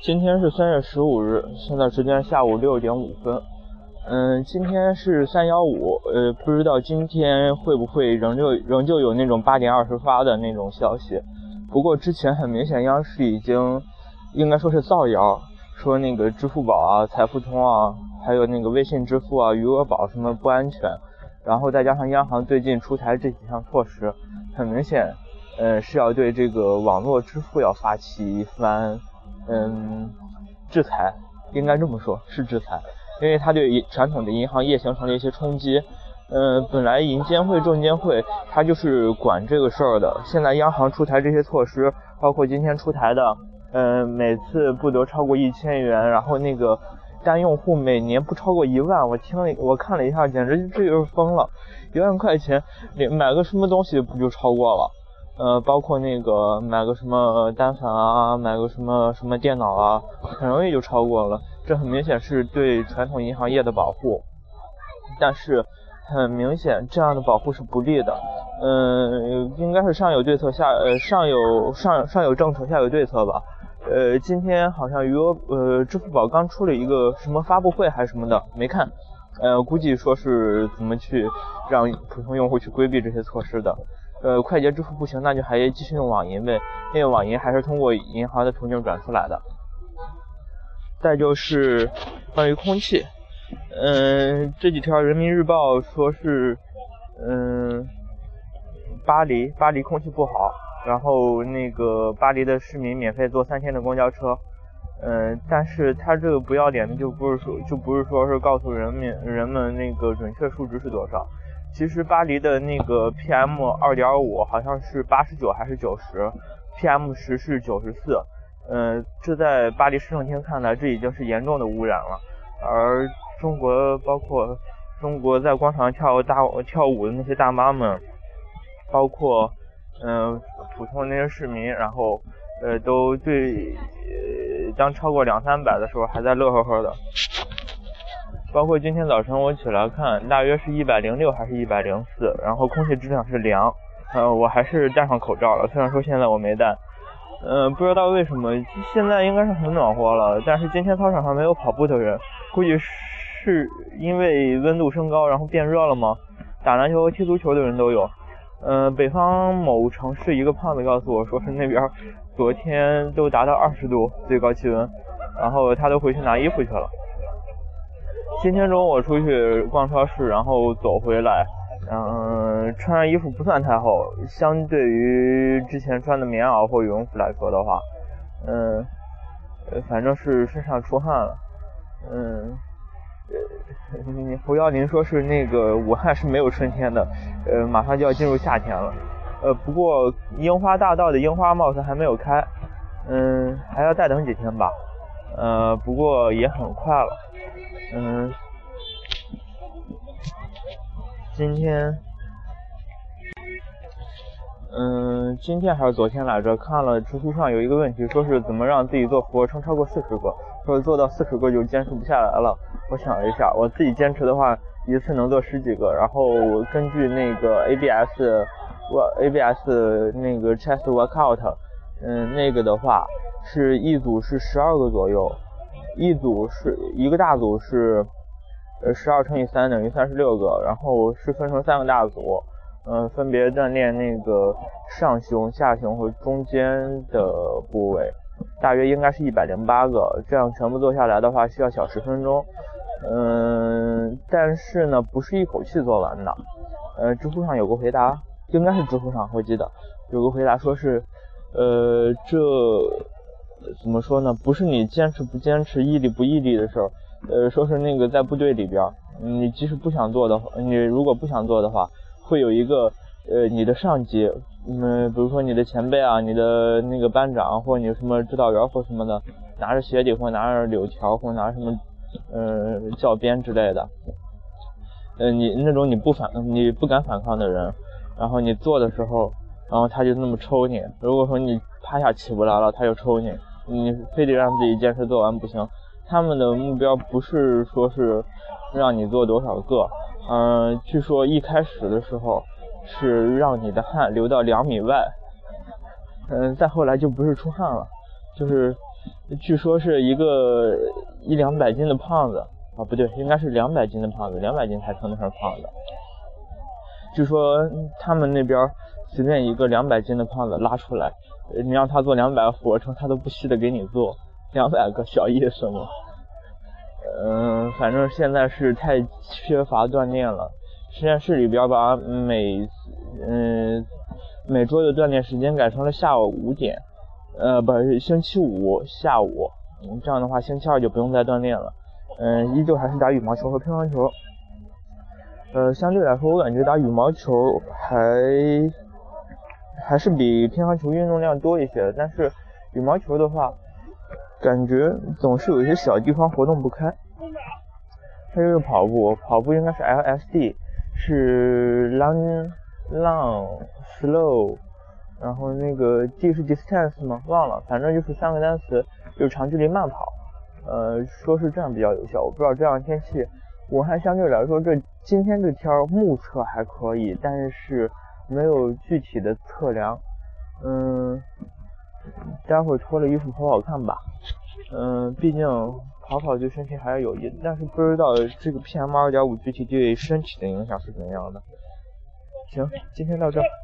今天是3月15日，现在时间下午6点5分。今天是315，不知道今天会不会仍旧有那种8点20发的那种消息。不过之前很明显，央视已经应该说是造谣，说那个支付宝啊、财付通啊，还有那个微信支付啊、余额宝什么不安全。然后再加上央行最近出台这几项措施，很明显，是要对这个网络支付要发起一番制裁，应该这么说，是制裁，因为它对传统的银行业形成了一些冲击。本来银监会、证监会它就是管这个事儿的，现在央行出台这些措施，包括今天出台的，每次不得超过1000元，然后那个单用户每年不超过1万，我看了一下，简直这就是疯了，1万块钱买个什么东西不就超过了？包括那个买个什么单反啊，买个什么电脑啊，很容易就超过了。这很明显是对传统银行业的保护，但是很明显这样的保护是不利的。应该是上有对策上有政策下有对策吧。今天好像支付宝刚出了一个什么发布会还是什么的，没看。估计说是怎么去让普通用户去规避这些措施的。快捷支付不行，那就还继续用网银呗，因为网银还是通过银行的途径转出来的。再就是关于空气，这几条人民日报说是，巴黎空气不好，然后那个巴黎的市民免费坐3天的公交车，但是他这个不要脸的就不是说是告诉人们那个准确数值是多少。其实巴黎的那个 PM2.5 好像是89还是90， PM10 是94，这在巴黎市政厅看来这已经是严重的污染了。而包括中国在广场跳舞的那些大妈们，包括普通的那些市民，然后都对当超过200-300的时候还在乐呵呵的。包括今天早晨我起来看，大约是106还是104，然后空气质量是良。我还是戴上口罩了，虽然说现在我没戴。不知道为什么现在应该是很暖和了，但是今天操场上没有跑步的人，估计是因为温度升高然后变热了吗？打篮球和踢足球的人都有。北方某城市一个胖子告诉我说是那边昨天都达到20度最高气温，然后他都回去拿衣服去了。今天中午我出去逛超市，然后走回来，穿上衣服不算太厚，相对于之前穿的棉袄或羽绒服来说的话，反正是身上出汗了。胡耀林说是那个武汉是没有春天的，马上就要进入夏天了。不过樱花大道的樱花貌似还没有开，还要再等几天吧。不过也很快了。今天还是昨天来着，看了知乎上有一个问题，说是怎么让自己做俯卧撑超过40个，说是做到40个就坚持不下来了。我想了一下，我自己坚持的话，一次能做10几个，然后根据那个 ABS 那个 chest workout，那个的话是一组是12个左右，一个大组是12乘以3等于36个，然后是分成3个大组，分别锻炼那个上胸、下胸和中间的部位，大约应该是108个，这样全部做下来的话需要小10分钟。但是呢不是一口气做完的。知乎上有个回答，应该是知乎上我记得有个回答说是这怎么说呢，不是你坚持不坚持、毅力不毅力的事儿。说是那个在部队里边，你即使不想做的话，你如果不想做的话，会有一个你的上级，比如说你的前辈啊，你的那个班长或你什么指导员或什么的，拿着鞋底或拿着柳条或拿什么教鞭之类的，你那种你不敢反抗的人，然后你做的时候，然后他就那么抽你，如果说你趴下起不来了，他就抽你，你非得让自己坚持做完不行。他们的目标不是说是让你做多少个，据说一开始的时候是让你的汗流到2米外，再后来就不是出汗了，就是据说是一个100-200斤的胖子啊，不对，应该是200斤的胖子，200斤才称得上胖子。据说他们那边随便一个200斤的胖子拉出来，你让他做200个俯卧撑，他都不稀得给你做200个，小意思吗？反正现在是太缺乏锻炼了。实验室里边把每周的锻炼时间改成了下午5点，不是星期五下午，这样的话星期二就不用再锻炼了。依旧还是打羽毛球和乒乓球。相对来说，我感觉打羽毛球还是比乒乓球运动量多一些的，但是羽毛球的话，感觉总是有一些小地方活动不开。还有跑步应该是 LSD， 是 long slow， 然后那个 D 是 distance 吗？忘了，反正就是3个单词，就是长距离慢跑。说是这样比较有效，我不知道这样天气。武汉相对来说，今天这天目测还可以，但是没有具体的测量。待会儿脱了衣服跑跑看吧。毕竟跑对身体还是有益的，但是不知道这个 PM2.5 具体对身体的影响是怎样的。行，今天到这儿。